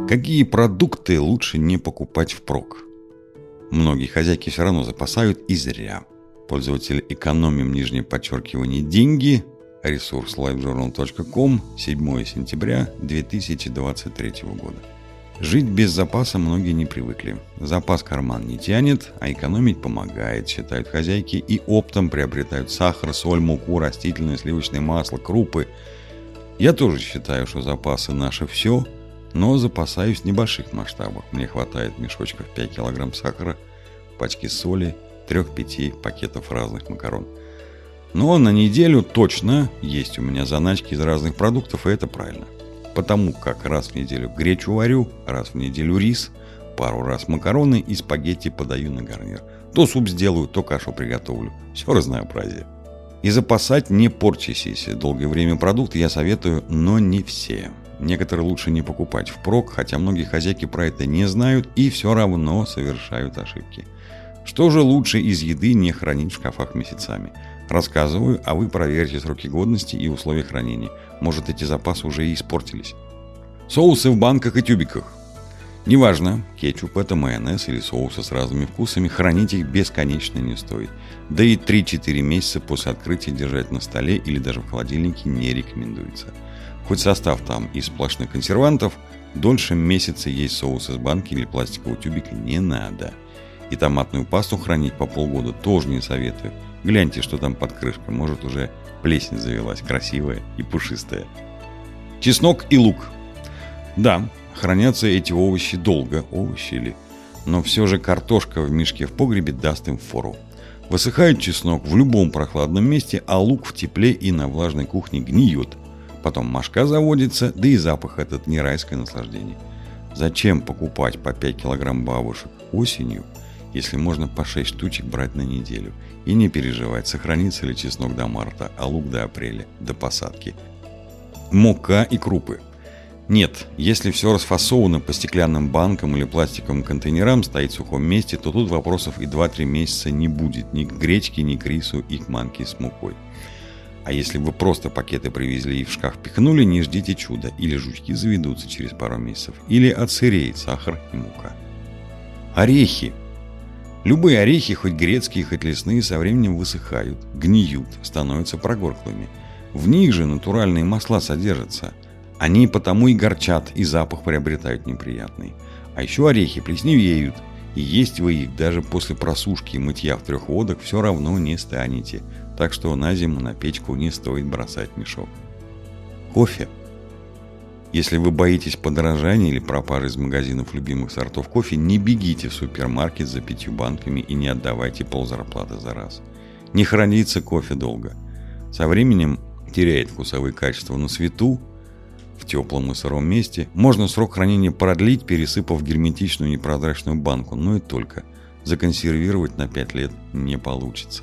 Какие продукты лучше не покупать впрок? Многие хозяйки все равно запасают и зря. Пользователь экономим деньги. Ресурс livejournal.com, 7 сентября 2023 года. Жить без запаса многие не привыкли. Запас карман не тянет, а экономить помогает, считают хозяйки, и оптом приобретают сахар, соль, муку, растительное сливочное масло, крупы. Я тоже считаю, что запасы наше все, но запасаюсь в небольших масштабах. Мне хватает мешочков 5 килограмм сахара, пачки соли, 3-5 пакетов разных макарон. Но на неделю точно есть у меня заначки из разных продуктов, и это правильно. Потому как раз в неделю гречу варю, раз в неделю рис, пару раз макароны и спагетти подаю на гарнир. То суп сделаю, то кашу приготовлю. Все разнообразие. И запасать не порчащиеся долгое время продукты я советую, но не все. Некоторые лучше не покупать впрок, хотя многие хозяйки про это не знают и все равно совершают ошибки. Что же лучше из еды не хранить в шкафах месяцами? Рассказываю, а вы проверьте сроки годности и условия хранения. Может, эти запасы уже и испортились. Соусы в банках и тюбиках. Неважно, кетчуп это майонез или соусы с разными вкусами, хранить их бесконечно не стоит. Да и 3-4 месяца после открытия держать на столе или даже в холодильнике не рекомендуется. Хоть состав там из сплошных консервантов, дольше месяца есть соус из банки или пластикового тюбика не надо. И томатную пасту хранить по полгода тоже не советую. Гляньте, что там под крышкой, может уже плесень завелась, красивая и пушистая. Чеснок и лук. Да, хранятся эти овощи долго, овощи ли, но все же картошка в мешке в погребе даст им фору. Высыхает чеснок в любом прохладном месте, а лук в тепле и на влажной кухне гниет. Потом мошка заводится, да и запах этот не райское наслаждение. Зачем покупать по 5 килограмм бабушек осенью, если можно по 6 штучек брать на неделю? И не переживать, сохранится ли чеснок до марта, а лук до апреля, до посадки. Мука и крупы. Нет, если все расфасовано по стеклянным банкам или пластиковым контейнерам, стоит в сухом месте, то тут вопросов и 2-3 месяца не будет ни к гречке, ни к рису и к манке с мукой. А если вы просто пакеты привезли и в шкаф пихнули, не ждите чуда. Или жучки заведутся через пару месяцев, или отсыреет сахар и мука. Орехи. Любые орехи, хоть грецкие, хоть лесные, со временем высыхают, гниют, становятся прогорклыми. В них же натуральные масла содержатся. Они потому и горчат, и запах приобретают неприятный. А еще орехи плесневеют, и есть вы их даже после просушки и мытья в 3 водах все равно не станете. Так что на зиму на печку не стоит бросать мешок. Кофе. Если вы боитесь подорожания или пропажи из магазинов любимых сортов кофе, не бегите в супермаркет за 5 банками и не отдавайте ползарплаты за раз. Не хранится кофе долго. Со временем теряет вкусовые качества на свету, в теплом и сыром месте. Можно срок хранения продлить, пересыпав в герметичную непрозрачную банку, но и только. Законсервировать на 5 лет не получится.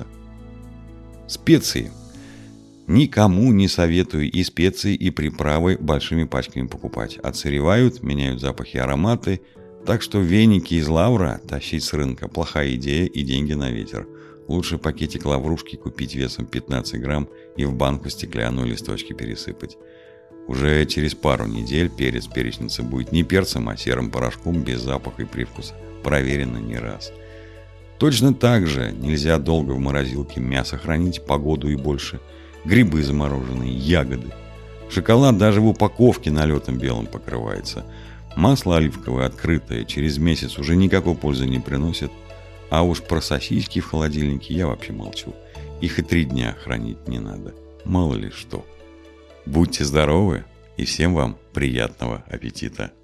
Специи. Никому не советую и специи, и приправы большими пачками покупать. Отсыревают, меняют запахи и ароматы. Так что веники из лавра тащить с рынка – плохая идея и деньги на ветер. Лучше пакетик лаврушки купить весом 15 грамм и в банку стеклянную листочки пересыпать. Уже через пару недель перец перечница будет не перцем, а серым порошком без запаха и привкуса. Проверено не раз. Точно так же нельзя долго в морозилке мясо хранить, по году и больше. Грибы замороженные, ягоды. Шоколад даже в упаковке налетом белым покрывается. Масло оливковое открытое через месяц уже никакой пользы не приносит. А уж про сосиски в холодильнике я вообще молчу. Их и 3 дня хранить не надо. Мало ли что. Будьте здоровы и всем вам приятного аппетита.